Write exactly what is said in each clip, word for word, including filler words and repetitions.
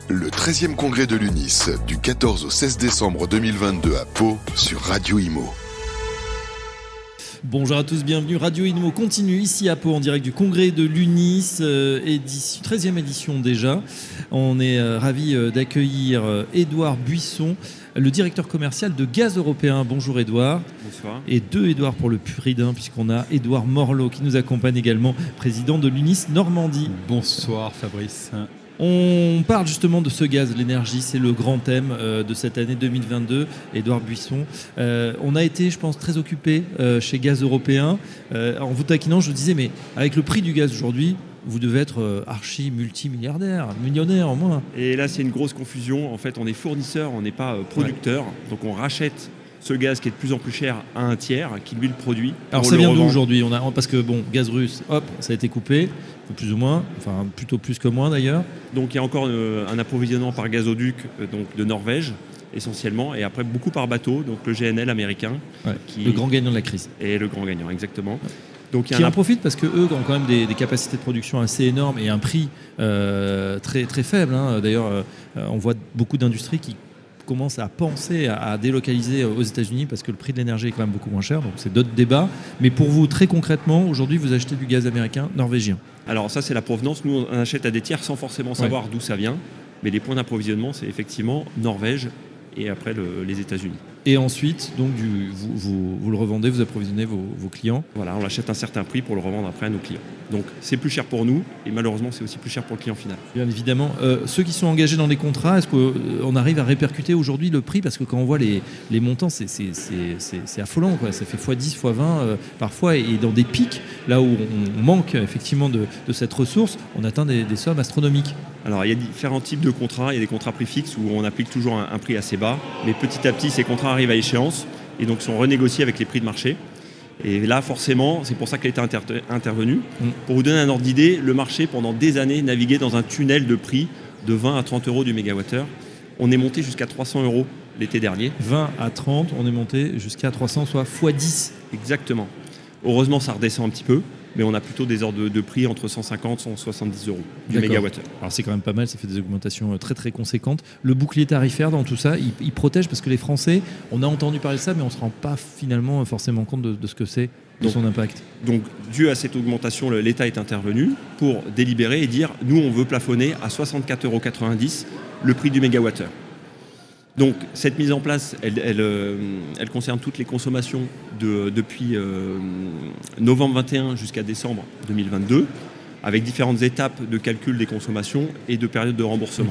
Le treizième congrès de l'U N I S, du quatorze au seize décembre deux mille vingt-deux à Pau, sur Radio Imo. Bonjour à tous, bienvenue. Radio Imo continue ici à Pau en direct du congrès de l'U N I S, euh, édition, treizième édition déjà. On est euh, ravis euh, d'accueillir euh, Édouard Buisson, le directeur commercial de Gaz Européen. Bonjour Édouard. Bonsoir. Et deux Édouard pour le plus d'un, puisqu'on a Édouard Morlot qui nous accompagne également, président de l'U N I S Normandie. Bonsoir Fabrice. On parle justement de ce gaz, l'énergie, c'est le grand thème euh, de cette année deux mille vingt-deux. Édouard Buisson, euh, on a été, je pense, très occupé euh, chez Gaz Européen. Euh, en vous taquinant, je vous disais, mais avec le prix du gaz aujourd'hui, vous devez être euh, archi multimilliardaire, millionnaire au moins. Et là, c'est une grosse confusion. En fait, on est fournisseur, on n'est pas euh, producteur. Ouais. Donc, on rachète ce gaz qui est de plus en plus cher à un tiers, qui lui le produit. Alors, ça vient d'où aujourd'hui ? On a, parce que, bon, gaz russe, hop, ça a été coupé. Plus ou moins, enfin plutôt plus que moins d'ailleurs. Donc il y a encore euh, un approvisionnement par gazoduc euh, donc de Norvège essentiellement, et après beaucoup par bateau, donc le G N L américain. Ouais, qui... Le grand gagnant de la crise. Et le grand gagnant, exactement. Donc, qui en profite parce qu'eux ont quand même des, des capacités de production assez énormes et un prix euh, très, très faible. Hein. D'ailleurs, euh, on voit beaucoup d'industries qui commence à penser à, à délocaliser aux États-Unis parce que le prix de l'énergie est quand même beaucoup moins cher, donc c'est d'autres débats. Mais pour vous, très concrètement, aujourd'hui, vous achetez du gaz américain, norvégien. Alors ça, c'est la provenance. Nous, on achète à des tiers sans forcément savoir ouais. d'où ça vient. Mais les points d'approvisionnement, c'est effectivement Norvège et après le, les États-Unis. Et ensuite, donc, du, vous, vous, vous le revendez, vous approvisionnez vos, vos clients. Voilà, on l'achète à un certain prix pour le revendre après à nos clients. Donc c'est plus cher pour nous et malheureusement c'est aussi plus cher pour le client final. Bien évidemment. Euh, ceux qui sont engagés dans les contrats, est-ce qu'on arrive à répercuter aujourd'hui le prix ? Parce que quand on voit les, les montants, c'est, c'est, c'est, c'est, c'est affolant, quoi. Ça fait fois dix, fois vingt euh, parfois, et dans des pics, là où on manque effectivement de, de cette ressource, on atteint des, des sommes astronomiques. Alors il y a différents types de contrats. Il y a des contrats prix fixes où on applique toujours un, un prix assez bas, mais petit à petit ces contrats arrivent à échéance et donc sont renégociés avec les prix de marché. Et là, forcément, c'est pour ça que l'État est inter- intervenu. Mmh. Pour vous donner un ordre d'idée, le marché, pendant des années, naviguait dans un tunnel de prix de vingt à trente euros du mégawattheure. On est monté jusqu'à trois cents euros l'été dernier. vingt à trente, on est monté jusqu'à trois cents, soit fois dix. Exactement. Heureusement, ça redescend un petit peu, mais on a plutôt des ordres de, de prix entre cent cinquante et cent soixante-dix euros du mégawattheure. Alors c'est quand même pas mal, ça fait des augmentations très très conséquentes. Le bouclier tarifaire dans tout ça, il, il protège parce que les Français, on a entendu parler de ça, mais on ne se rend pas finalement forcément compte de, de ce que c'est, de donc, son impact. Donc dû à cette augmentation, l'État est intervenu pour délibérer et dire nous on veut plafonner à soixante-quatre euros quatre-vingt-dix le prix du mégawattheure. Donc cette mise en place, elle, elle, euh, elle concerne toutes les consommations de, depuis euh, novembre vingt et un jusqu'à décembre deux mille vingt-deux, avec différentes étapes de calcul des consommations et de périodes de remboursement.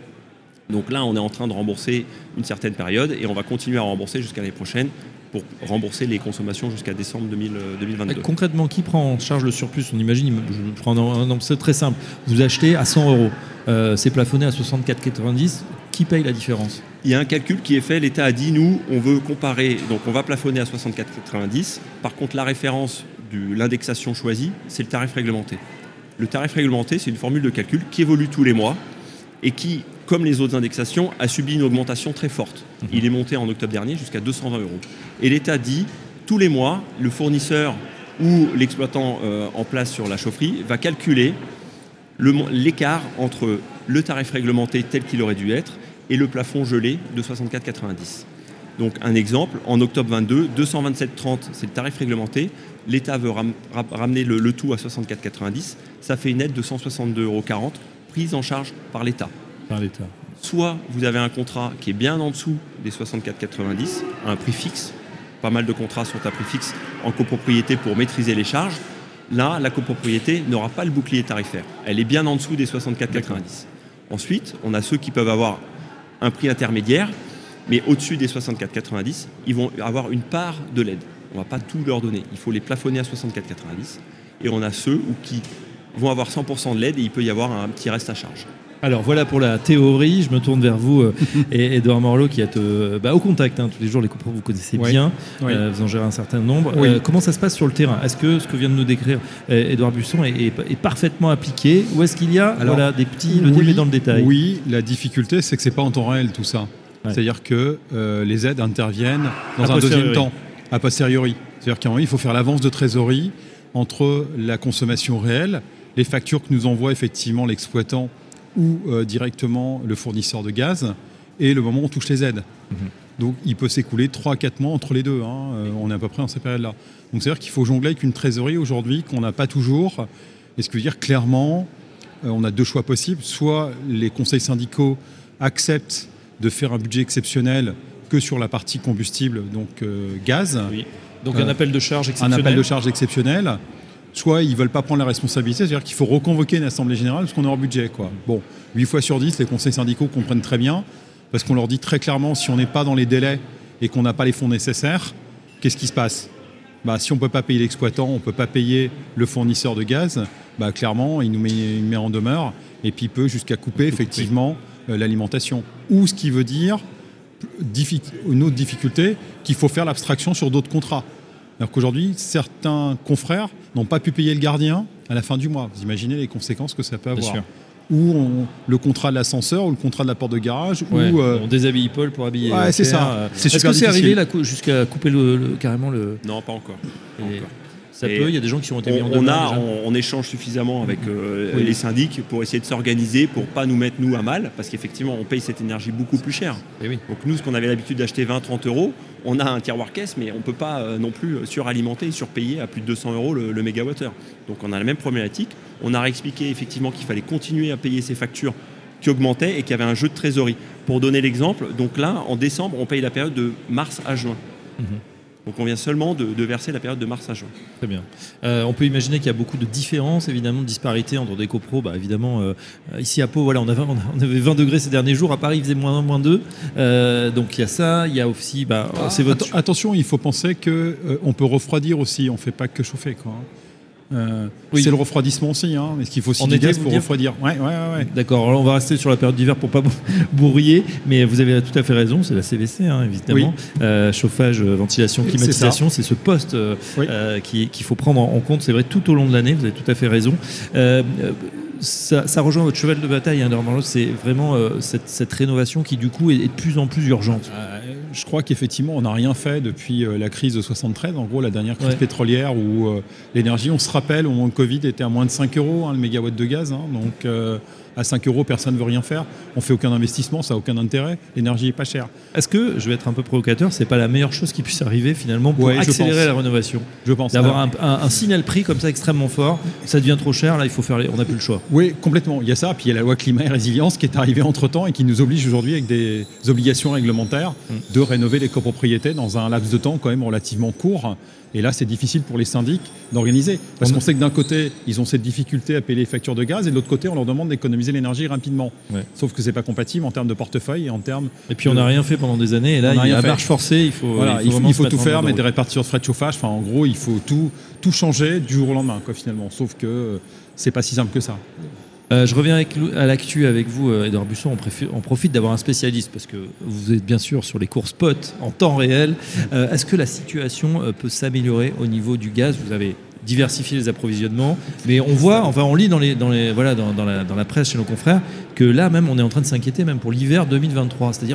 Mmh. Donc là, on est en train de rembourser une certaine période et on va continuer à rembourser jusqu'à l'année prochaine pour rembourser les consommations jusqu'à décembre deux mille vingt-deux. Concrètement, qui prend en charge le surplus ? On imagine, je prends un exemple, c'est très simple, vous achetez à cent euros, euh, c'est plafonné à soixante-quatre euros quatre-vingt-dix, qui paye la différence ? Il y a un calcul qui est fait, l'État a dit, nous, on veut comparer, donc on va plafonner à soixante-quatre euros quatre-vingt-dix, par contre la référence de l'indexation choisie, c'est le tarif réglementé. Le tarif réglementé, c'est une formule de calcul qui évolue tous les mois et qui, comme les autres indexations, a subi une augmentation très forte. Mmh. Il est monté en octobre dernier jusqu'à deux cent vingt euros. Et l'État dit, tous les mois, le fournisseur ou l'exploitant euh, en place sur la chaufferie va calculer le, l'écart entre le tarif réglementé tel qu'il aurait dû être et le plafond gelé de soixante-quatre euros quatre-vingt-dix. Donc un exemple, en octobre vingt-deux, deux cent vingt-sept euros trente, c'est le tarif réglementé. L'État veut ram- ramener le, le tout à soixante-quatre euros quatre-vingt-dix. Ça fait une aide de cent soixante-deux euros quarante prise en charge par l'État. Par l'État. Soit vous avez un contrat qui est bien en dessous des soixante-quatre euros quatre-vingt-dix, à un prix fixe. Pas mal de contrats sont à prix fixe en copropriété pour maîtriser les charges. Là, la copropriété n'aura pas le bouclier tarifaire. Elle est bien en dessous des soixante-quatre euros quatre-vingt-dix. Ensuite, on a ceux qui peuvent avoir un prix intermédiaire, mais au-dessus des soixante-quatre euros quatre-vingt-dix, ils vont avoir une part de l'aide. On ne va pas tout leur donner. Il faut les plafonner à soixante-quatre euros quatre-vingt-dix. Et on a ceux où qui vont avoir cent pour cent de l'aide et il peut y avoir un petit reste à charge. Alors voilà pour la théorie, je me tourne vers vous euh, et Édouard Morlot qui est euh, bah, au contact, hein, tous les jours les copros vous connaissez oui. bien, oui. Euh, vous en gérez un certain nombre. Oui. Euh, comment ça se passe sur le terrain ? Est-ce que ce que vient de nous décrire euh, Édouard Buisson est, est, est parfaitement appliqué ou est-ce qu'il y a Alors, voilà, des petits, le oui, dans le détail ? Oui, la difficulté c'est que c'est pas en temps réel tout ça. Ouais. C'est-à-dire que euh, les aides interviennent dans a un deuxième temps, a posteriori. C'est-à-dire qu'à un moment, il faut faire l'avance de trésorerie, entre la consommation réelle, les factures que nous envoie effectivement l'exploitant, et les factures que nous envoie effectivement le fournisseur. Et ou euh, directement le fournisseur de gaz et le moment où on touche les aides. Mmh. Donc il peut s'écouler trois à quatre mois entre les deux. Hein. Euh, on est à peu près dans ces périodes-là. Donc c'est-à-dire qu'il faut jongler avec une trésorerie aujourd'hui qu'on n'a pas toujours. Et ce qui veut dire clairement, euh, on a deux choix possibles. Soit les conseils syndicaux acceptent de faire un budget exceptionnel que sur la partie combustible, donc euh, gaz. Oui. Donc un euh, appel de charge exceptionnel. Un appel de charge exceptionnel. Soit ils ne veulent pas prendre la responsabilité, c'est-à-dire qu'il faut reconvoquer une assemblée générale parce qu'on est hors budget. Quoi. Bon, huit fois sur dix, les conseils syndicaux comprennent très bien, parce qu'on leur dit très clairement, si on n'est pas dans les délais et qu'on n'a pas les fonds nécessaires, qu'est-ce qui se passe ? Bah, si on ne peut pas payer l'exploitant, on ne peut pas payer le fournisseur de gaz, bah, clairement, il nous met, il met en demeure et puis il peut jusqu'à couper effectivement euh, l'alimentation. Ou ce qui veut dire une autre difficulté, qu'il faut faire l'abstraction sur d'autres contrats. Alors qu'aujourd'hui, certains confrères n'ont pas pu payer le gardien à la fin du mois. Vous imaginez les conséquences que ça peut avoir. Ou on, le contrat de l'ascenseur, ou le contrat de la porte de garage. Ouais, ou, euh... on déshabille Paul pour habiller. Ouais, c'est ça. Euh... C'est Est-ce que c'est arrivé là, jusqu'à couper le, le, carrément le... Non, pas encore. Pas Et... encore. Ça peut, il y a des gens qui ont été on, mis en on demeure. A, on, on échange suffisamment avec euh, oui. les syndics pour essayer de s'organiser, pour ne pas nous mettre nous à mal, parce qu'effectivement, on paye cette énergie beaucoup plus cher. Et oui. Donc nous, ce qu'on avait l'habitude d'acheter vingt à trente euros, on a un tiroir caisse, mais on ne peut pas euh, non plus suralimenter et surpayer à plus de deux cents euros le, le mégawattheure. Donc on a la même problématique. On a réexpliqué effectivement qu'il fallait continuer à payer ces factures qui augmentaient et qu'il y avait un jeu de trésorerie. Pour donner l'exemple, donc là, en décembre, on paye la période de mars à juin. Mmh. Donc on vient seulement de, de verser la période de mars à juin. Très bien. Euh, on peut imaginer qu'il y a beaucoup de différences, évidemment, de disparités entre des copros. Bah, évidemment, euh, ici à Pau, voilà, on avait, on avait vingt degrés ces derniers jours. À Paris, il faisait moins un, moins deux. Euh, donc il y a ça. Il y a aussi... Bah, ah, c'est votre... Attention, il faut penser qu'on euh, peut refroidir aussi. On ne fait pas que chauffer, quoi. Euh, oui. C'est le refroidissement aussi, hein. Est-ce qu'il faut aussi en du été, gaz pour dire... refroidir ouais, ouais, ouais. D'accord, alors on va rester sur la période d'hiver pour pas bourrier, mais vous avez tout à fait raison, c'est la C V C, hein, évidemment. Oui. Euh, chauffage, ventilation, climatisation, c'est, c'est ce poste euh, oui. euh, qui, qu'il faut prendre en compte, c'est vrai, tout au long de l'année, vous avez tout à fait raison. Euh, ça, ça rejoint votre cheval de bataille, hein, normalement, c'est vraiment euh, cette, cette rénovation qui, du coup, est, est de plus en plus urgente. Euh, je crois qu'effectivement, on n'a rien fait depuis euh, la crise de soixante-treize, en gros, la dernière crise ouais. pétrolière où euh, l'énergie, on se rappelle, au moment de Covid, était à moins de cinq euros, hein, le mégawatt de gaz. Hein, donc, euh, à cinq euros, personne ne veut rien faire. On ne fait aucun investissement, ça n'a aucun intérêt. L'énergie n'est pas chère. Est-ce que, je vais être un peu provocateur, ce n'est pas la meilleure chose qui puisse arriver, finalement, pour ouais, accélérer la rénovation ? Je pense. D'avoir un, un, un signal prix comme ça extrêmement fort, ça devient trop cher, là, il faut faire les... on n'a plus le choix. Oui, complètement. Il y a ça, puis il y a la loi climat et résilience qui est arrivée entre-temps et qui nous oblige aujourd'hui, avec des obligations réglementaires, mmh. de rénover les copropriétés dans un laps de temps quand même relativement court. Et là, c'est difficile pour les syndics d'organiser. Parce on... qu'on sait que d'un côté, ils ont cette difficulté à payer les factures de gaz, et de l'autre côté, on leur demande d'économiser l'énergie rapidement. Ouais. Sauf que ce n'est pas compatible en termes de portefeuille et en termes... Et puis, on n'a de... rien fait pendant des années, et là, il y a la marche forcée, il faut, voilà, il faut, il faut, il faut tout faire, mettre des répartiteurs de frais de chauffage. Enfin, en gros, il faut tout, tout changer du jour au lendemain, quoi, finalement. Sauf que euh, c'est pas si simple que ça. Euh, je reviens avec, à l'actu avec vous, Edouard Busson. On, préfère, on profite d'avoir un spécialiste parce que vous êtes bien sûr sur les cours spot en temps réel. Euh, est-ce que la situation euh, peut s'améliorer au niveau du gaz ? Vous avez diversifié les approvisionnements, mais on voit, enfin on lit dans, les, dans, les, voilà, dans, dans, la, dans la presse chez nos confrères que là même on est en train de s'inquiéter même pour l'hiver deux mille vingt-trois. C'est-à-dire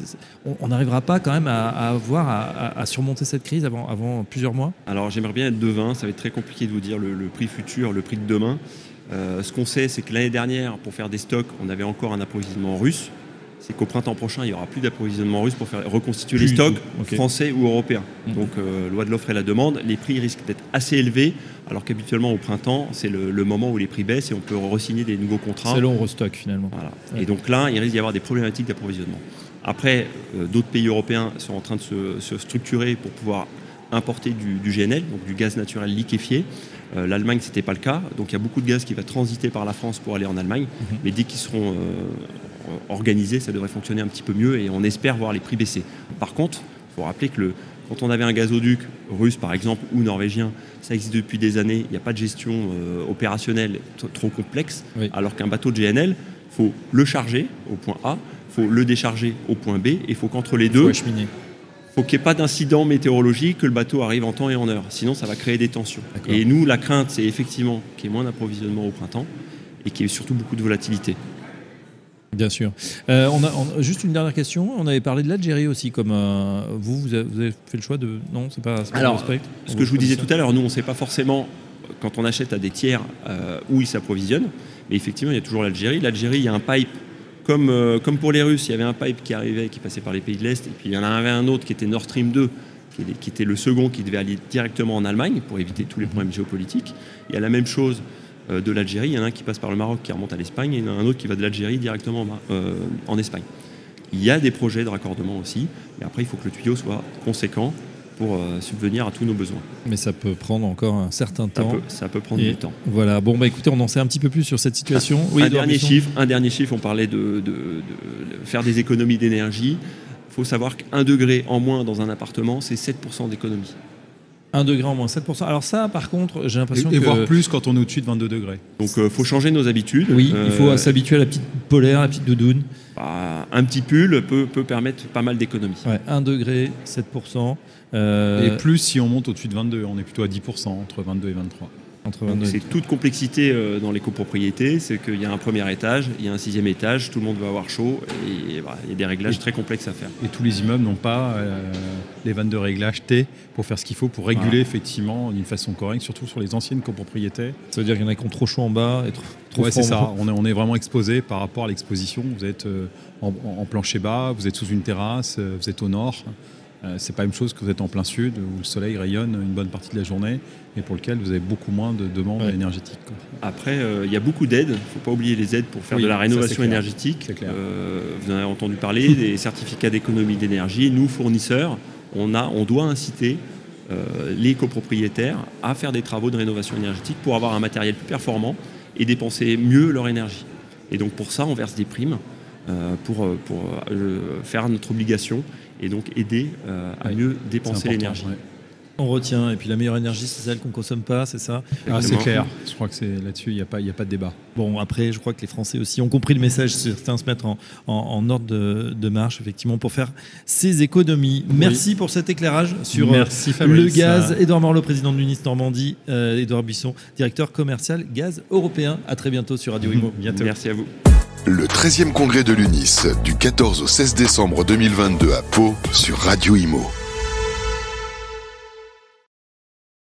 on n'arrivera pas quand même à, à avoir à, à, à surmonter cette crise avant, avant plusieurs mois ? Alors j'aimerais bien être devin, ça va être très compliqué de vous dire le, le prix futur, le prix de demain. Euh, ce qu'on sait, c'est que l'année dernière, pour faire des stocks, on avait encore un approvisionnement russe. C'est qu'au printemps prochain, il n'y aura plus d'approvisionnement russe pour faire reconstituer plus les stocks okay. français ou européens. Mmh. Donc, euh, loi de l'offre et la demande, les prix risquent d'être assez élevés, alors qu'habituellement, au printemps, c'est le, le moment où les prix baissent et on peut re-signer des nouveaux contrats. C'est là où on restocke finalement. Voilà. Ouais. Et donc là, il risque d'y avoir des problématiques d'approvisionnement. Après, euh, d'autres pays européens sont en train de se, se structurer pour pouvoir importer du, du G N L, donc du gaz naturel liquéfié. Euh, L'Allemagne, ce n'était pas le cas. Donc il y a beaucoup de gaz qui va transiter par la France pour aller en Allemagne. Mmh. Mais dès qu'ils seront euh, organisés, ça devrait fonctionner un petit peu mieux et on espère voir les prix baisser. Par contre, il faut rappeler que le, quand on avait un gazoduc russe, par exemple, ou norvégien, ça existe depuis des années. Il n'y a pas de gestion euh, opérationnelle t- trop complexe. Oui. Alors qu'un bateau de G N L, il faut le charger au point A, il faut le décharger au point B et il faut qu'entre les deux... Il faut qu'il n'y ait pas d'incident météorologique, que le bateau arrive en temps et en heure. Sinon, ça va créer des tensions. D'accord. Et nous, la crainte, c'est effectivement qu'il y ait moins d'approvisionnement au printemps et qu'il y ait surtout beaucoup de volatilité. Bien sûr. Euh, on a, on, juste une dernière question. On avait parlé de l'Algérie aussi. Comme euh, vous, vous avez, vous avez fait le choix de... Non, c'est pas... C'est pas Alors, ce que je vous disais tout à l'heure, nous, on ne sait pas forcément quand on achète à des tiers euh, où ils s'approvisionnent. Mais effectivement, il y a toujours l'Algérie. L'Algérie, il y a un pipe, comme, euh, comme pour les Russes, il y avait un pipe qui arrivait, qui passait par les pays de l'Est, et puis il y en avait un autre qui était Nord Stream deux, qui, qui était le second, qui devait aller directement en Allemagne pour éviter tous les problèmes géopolitiques. Il y a la même chose euh, de l'Algérie. Il y en a un qui passe par le Maroc, qui remonte à l'Espagne, et il y en a un autre qui va de l'Algérie directement euh, en Espagne. Il y a des projets de raccordement aussi, et après, il faut que le tuyau soit conséquent pour euh, subvenir à tous nos besoins. Mais ça peut prendre encore un certain ça temps. Peut, ça peut prendre et du temps. Voilà. Bon, bah écoutez, on en sait un petit peu plus sur cette situation. Ah, oui, un, Édouard dernier Buisson. chiffre, un dernier chiffre, on parlait de, de, de, de faire des économies d'énergie. Il faut savoir qu'un degré en moins dans un appartement, c'est sept pour cent d'économie. un degré en moins, sept pour cent. Alors ça, par contre, j'ai l'impression et, et que... voire plus quand on est au-dessus de vingt-deux degrés. Donc il euh, faut changer nos habitudes. Oui, euh, il faut s'habituer à la petite polaire, à la petite doudoune. Bah, un petit pull peut, peut permettre pas mal d'économies. Ouais, un degré, sept pour cent. Euh... Et plus si on monte au-dessus de vingt-deux, on est plutôt à dix pour cent, entre vingt-deux et vingt-trois. Entre vingt-deux c'est toute complexité euh, dans les copropriétés, c'est qu'il y a un premier étage, il y a un sixième étage, tout le monde va avoir chaud, et bah, il y a des réglages et, très complexes à faire. Et tous les immeubles n'ont pas euh, les vannes de réglage T pour faire ce qu'il faut pour réguler voilà. effectivement d'une façon correcte, surtout sur les anciennes copropriétés. Ça veut dire qu'il y en a qui ont trop chaud en bas et trop, trop ouais, froid. C'est ça, on est, on est vraiment exposé par rapport à l'exposition. Vous êtes euh, en, en plancher bas, vous êtes sous une terrasse, euh, vous êtes au nord. Euh, c'est pas la même chose que vous êtes en plein sud où le soleil rayonne une bonne partie de la journée et pour lequel vous avez beaucoup moins de demandes ouais. énergétiques. Quoi. Après, il euh, y a beaucoup d'aides. Il ne faut pas oublier les aides pour faire oui, de la rénovation ça, énergétique. C'est clair. Euh, vous en avez entendu parler, des certificats d'économie d'énergie. Nous, fournisseurs, on, a, on doit inciter euh, les copropriétaires à faire des travaux de rénovation énergétique pour avoir un matériel plus performant et dépenser mieux leur énergie. Et donc pour ça, on verse des primes euh, pour, pour euh, faire notre obligation et donc aider euh, à ouais, mieux dépenser l'énergie. Ouais. On retient, et puis la meilleure énergie, c'est celle qu'on ne consomme pas, c'est ça ? Ah, c'est clair, je crois que c'est là-dessus, il n'y a, a pas de débat. Bon, après, je crois que les Français aussi ont compris le message, certains se mettent en, en, en ordre de, de marche, effectivement, pour faire ces économies. Oui. Merci pour cet éclairage sur Merci, le gaz. Édouard Morlot, président de l'Unis Normandie, euh, Édouard Buisson, directeur commercial gaz européen. À très bientôt sur Radio Imo. Bientôt. Merci à vous. Le treizième congrès de l'Unis du quatorze au seize décembre deux mille vingt-deux à Pau sur Radio Imo.